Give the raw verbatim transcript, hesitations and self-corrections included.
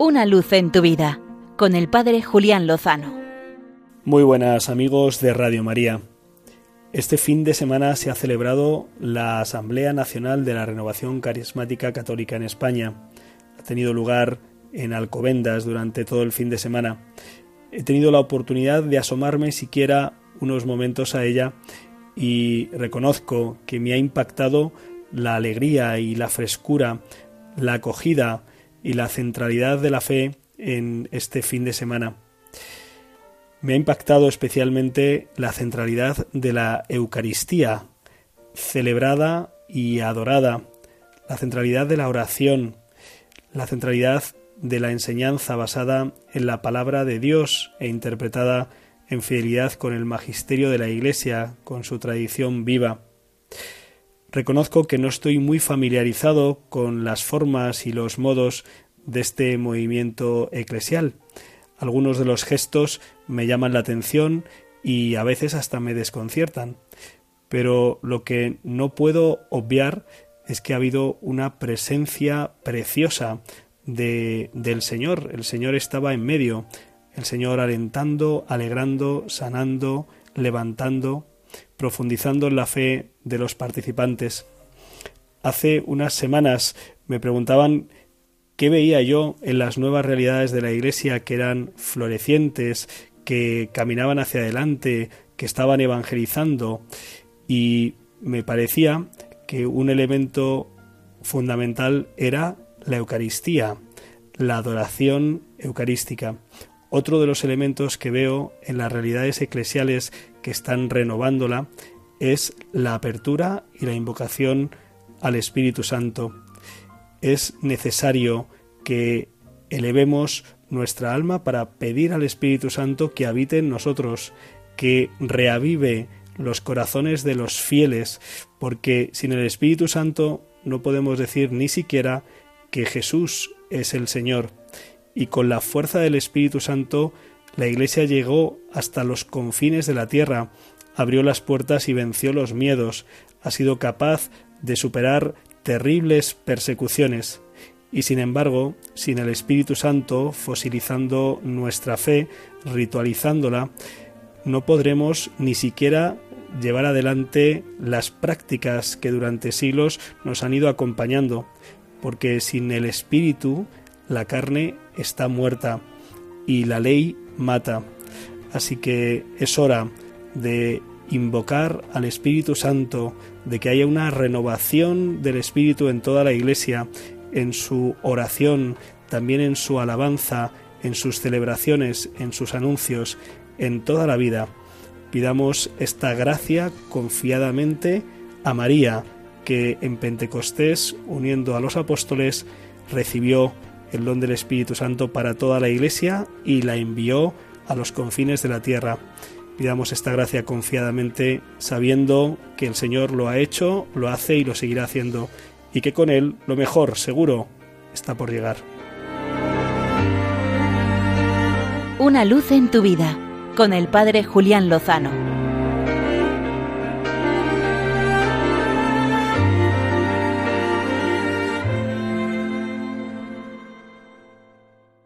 Una luz en tu vida, con el Padre Julián Lozano. Muy buenas amigos de Radio María. Este fin de semana se ha celebrado la Asamblea Nacional de la Renovación Carismática Católica en España. Ha tenido lugar en Alcobendas durante todo el fin de semana. He tenido la oportunidad de asomarme siquiera unos momentos a ella y reconozco que me ha impactado la alegría y la frescura, la acogida y la centralidad de la fe en este fin de semana. Me ha impactado especialmente la centralidad de la Eucaristía, celebrada y adorada, la centralidad de la oración, la centralidad de la enseñanza basada en la palabra de Dios e interpretada en fidelidad con el magisterio de la Iglesia, con su tradición viva. Reconozco que no estoy muy familiarizado con las formas y los modos de este movimiento eclesial. Algunos de los gestos me llaman la atención y a veces hasta me desconciertan. Pero lo que no puedo obviar es que ha habido una presencia preciosa de, del Señor. El Señor estaba en medio. El Señor alentando, alegrando, sanando, levantando, profundizando en la fe de los participantes. Hace unas semanas me preguntaban qué veía yo en las nuevas realidades de la Iglesia, que eran florecientes, que caminaban hacia adelante, que estaban evangelizando, y me parecía que un elemento fundamental era la Eucaristía, la adoración eucarística. Otro de los elementos que veo en las realidades eclesiales que están renovándola es la apertura y la invocación al Espíritu Santo. Es necesario que elevemos nuestra alma para pedir al Espíritu Santo que habite en nosotros, que reavive los corazones de los fieles, porque sin el Espíritu Santo no podemos decir ni siquiera que Jesús es el Señor. Y con la fuerza del Espíritu Santo, la Iglesia llegó hasta los confines de la tierra, abrió las puertas y venció los miedos, ha sido capaz de superar terribles persecuciones. Y sin embargo, sin el Espíritu Santo fosilizando nuestra fe, ritualizándola, no podremos ni siquiera llevar adelante las prácticas que durante siglos nos han ido acompañando, porque sin el Espíritu la carne está muerta y la ley mata. Así que es hora de invocar al Espíritu Santo, de que haya una renovación del Espíritu en toda la Iglesia, en su oración, también en su alabanza, en sus celebraciones, en sus anuncios, en toda la vida. Pidamos esta gracia confiadamente a María, que en Pentecostés, uniendo a los apóstoles, recibió el don del Espíritu Santo para toda la Iglesia y la envió a los confines de la tierra. Pidamos esta gracia confiadamente, sabiendo que el Señor lo ha hecho, lo hace y lo seguirá haciendo, y que con Él lo mejor, seguro, está por llegar. Una luz en tu vida, con el Padre Julián Lozano.